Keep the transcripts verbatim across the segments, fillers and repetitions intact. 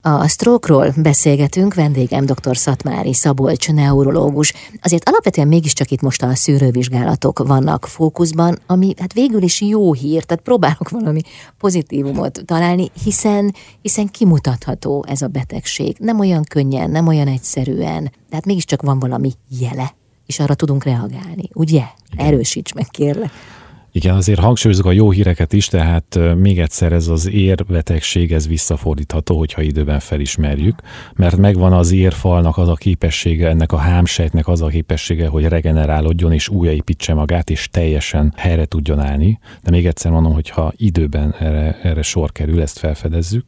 A stroke-ról beszélgetünk, vendégem dr. Szatmári Szabolcs, neurológus. Azért alapvetően mégiscsak itt most a szűrővizsgálatok vannak fókuszban, ami hát végül is jó hír, tehát próbálok valami pozitívumot találni, hiszen, hiszen kimutatható ez a betegség. Nem olyan könnyen, nem olyan egyszerűen, de hát mégiscsak van valami jele, és arra tudunk reagálni, ugye? Erősíts meg, kérlek. Igen, azért hangsúlyozunk a jó híreket is, tehát még egyszer ez az érbetegség, ez visszafordítható, hogyha időben felismerjük, mert megvan az érfalnak az a képessége, ennek a hámsejtnek az a képessége, hogy regenerálódjon és újjáépítse magát, és teljesen helyre tudjon állni. De még egyszer mondom, hogyha időben erre, erre sor kerül, ezt felfedezzük.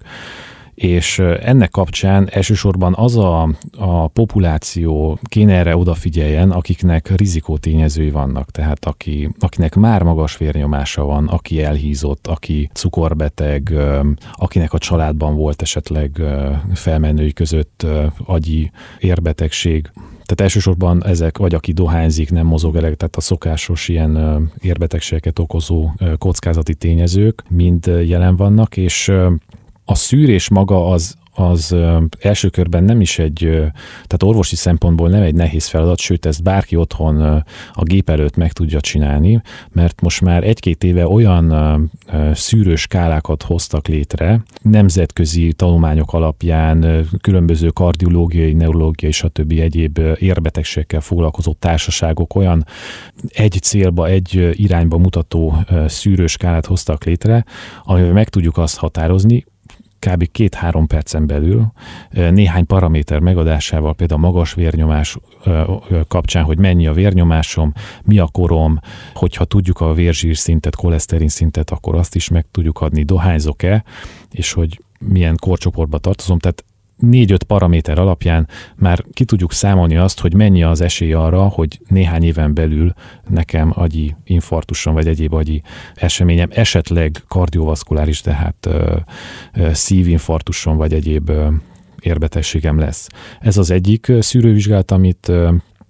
És ennek kapcsán elsősorban az a, a populáció kéne erre odafigyeljen, akiknek rizikótényezői vannak, tehát aki, akinek már magas vérnyomása van, aki elhízott, aki cukorbeteg, akinek a családban volt esetleg felmenői között agyi érbetegség. Tehát elsősorban ezek, vagy aki dohányzik, nem mozog elég, tehát a szokásos ilyen érbetegségeket okozó kockázati tényezők mind jelen vannak, és a szűrés maga az, az első körben nem is egy, tehát orvosi szempontból nem egy nehéz feladat, sőt ezt bárki otthon a gép előtt meg tudja csinálni, mert most már egy-két éve olyan szűrőskálákat hoztak létre, nemzetközi tanulmányok alapján, különböző kardiológiai, neurológiai, stb. Egyéb érbetegségekkel foglalkozó társaságok olyan egy célba, egy irányba mutató szűrőskálát hoztak létre, amivel meg tudjuk azt határozni, kb. két-három percen belül néhány paraméter megadásával, például magas vérnyomás kapcsán, hogy mennyi a vérnyomásom, mi a korom, hogyha tudjuk a vérzsír szintet, koleszterin szintet, akkor azt is meg tudjuk adni, dohányzok-e, és hogy milyen korcsoportba tartozom. Tehát négy-öt paraméter alapján már ki tudjuk számolni azt, hogy mennyi az esély arra, hogy néhány éven belül nekem agyi infarktusom vagy egyéb agyi eseményem, esetleg kardiovaszkuláris, tehát ö, ö, szívinfarktusom vagy egyéb ö, érbetegségem lesz. Ez az egyik szűrővizsgálat, amit ö,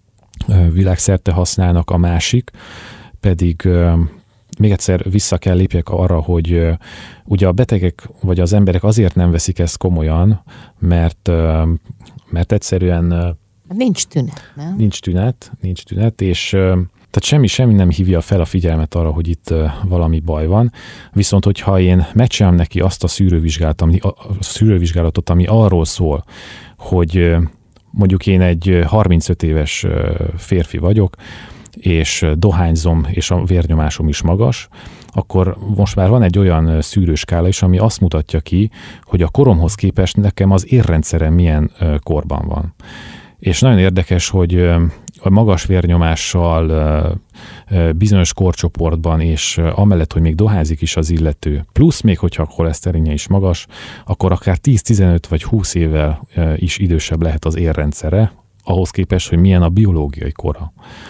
ö, világszerte használnak, a másik pedig ö, még egyszer vissza kell lépjek arra, hogy uh, ugye a betegek vagy az emberek azért nem veszik ezt komolyan, mert, uh, mert egyszerűen uh, nincs tünet, nem? Nincs tünet, nincs tünet, és uh, tehát semmi, semmi nem hívja fel a figyelmet arra, hogy itt uh, valami baj van. Viszont, hogyha én megcsinálom neki azt a szűrővizsgálatot, ami, a, a szűrővizsgálatot, ami arról szól, hogy uh, mondjuk én egy harmincöt éves uh, férfi vagyok, és dohányzom, és a vérnyomásom is magas, akkor most már van egy olyan szűrőskála is, ami azt mutatja ki, hogy a koromhoz képest nekem az érrendszerem milyen korban van. És nagyon érdekes, hogy a magas vérnyomással bizonyos korcsoportban, és amellett, hogy még dohányzik is az illető, plusz még, hogyha a koleszterinje is magas, akkor akár tíz-tizenöt vagy húsz évvel is idősebb lehet az érrendszere, ahhoz képest, hogy milyen a biológiai kora.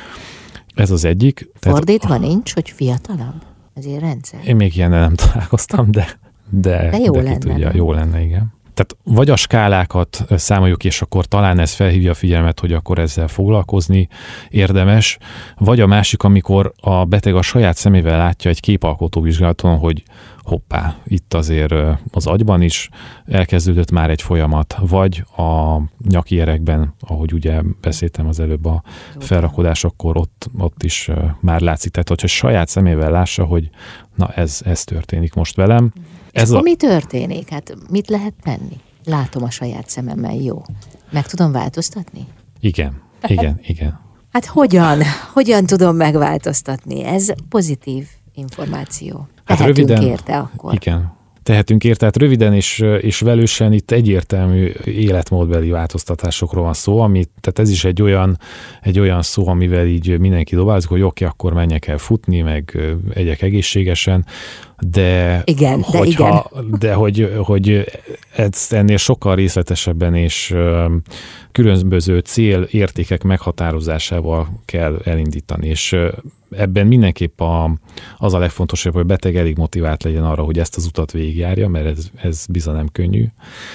Ez az egyik. Fordítva tehát, nincs, hogy fiatalabb az érrendszer? Én még ilyen nem találkoztam, de, de, de jó de lenne. Tudja, jó lenne, igen. Tehát vagy a skálákat számoljuk, és akkor talán ez felhívja a figyelmet, hogy akkor ezzel foglalkozni érdemes, vagy a másik, amikor a beteg a saját szemével látja egy képalkotó vizsgálaton, hogy hoppá, itt azért az agyban is elkezdődött már egy folyamat, vagy a nyaki erekben, ahogy ugye beszéltem az előbb a felrakodás, akkor ott, ott is már látszik. Tehát, hogyha saját szemével lássa, hogy na ez, ez történik most velem. Ez a... mi történik? Hát mit lehet tenni? Látom a saját szememmel, jó. Meg tudom változtatni? Igen, igen, igen. Hát hogyan? Hogyan tudom megváltoztatni? Ez pozitív információ. Hát Tehetünk röviden, érte akkor. Igen. Tehetünk érte, tehát röviden és, és velősen itt egyértelmű életmódbeli változtatásokról van szó, ami, tehát ez is egy olyan, egy olyan szó, amivel így mindenki dobázik, hogy oké, akkor menjek el futni, meg egyek egészségesen, de, igen, hogyha, de, igen. de hogy, hogy ezt ennél sokkal részletesebben és különböző célértékek meghatározásával kell elindítani, és ebben mindenképp a, az a legfontosabb, hogy a beteg elég motivált legyen arra, hogy ezt az utat végigjárja, mert ez, ez bizony nem könnyű.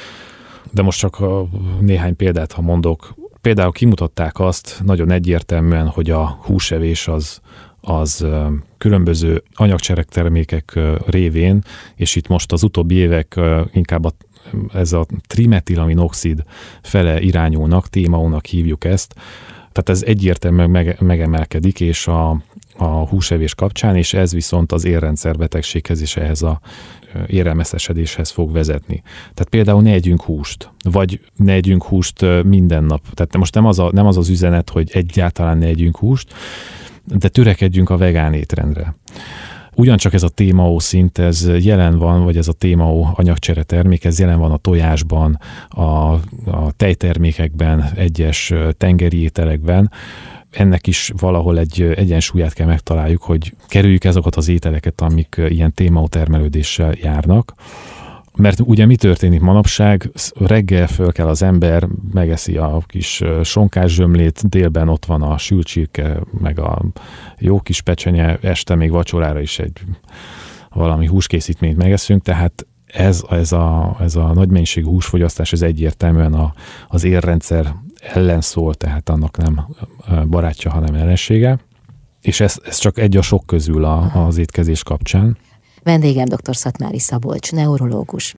De most csak néhány példát, ha mondok. Például kimutatták azt nagyon egyértelműen, hogy a húsevés az, az különböző anyagcseregtermékek révén, és itt most az utóbbi évek inkább a ez a trimetilamidoxid fele irányulnak, té em á ó-nak hívjuk ezt, tehát ez egyértelműen meg, megemelkedik, és a, a húsevés kapcsán, és ez viszont az érrendszer betegséghez és ehhez a érrelmeszesedéshez fog vezetni. Tehát például ne együnk húst, vagy ne együnk húst minden nap. Tehát most nem az, a, nem az az üzenet, hogy egyáltalán ne együnk húst, de törekedjünk a vegán étrendre. Ugyancsak ez a té em á ó szint, ez jelen van, vagy ez a té em á ó anyagcsere termék, ez jelen van a tojásban, a, a tejtermékekben, egyes tengeri ételekben. Ennek is valahol egy egyensúlyát kell megtaláljuk, hogy kerüljük azokat az ételeket, amik ilyen té em á ó termelődéssel járnak. Mert ugye mi történik manapság? Reggel föl kell az ember, megeszi a kis sonkás zsömlét, délben ott van a sült csirke, meg a jó kis pecsenye, este még vacsorára is egy valami húskészítményt megeszünk, tehát ez, ez, a, ez a nagy mennyiségű húsfogyasztás, ez egyértelműen a, az érrendszer ellen szól, tehát annak nem barátja, hanem ellensége. És ez, ez csak egy a sok közül a, az étkezés kapcsán. Vendégem dr. Szatmári Szabolcs, neurológus.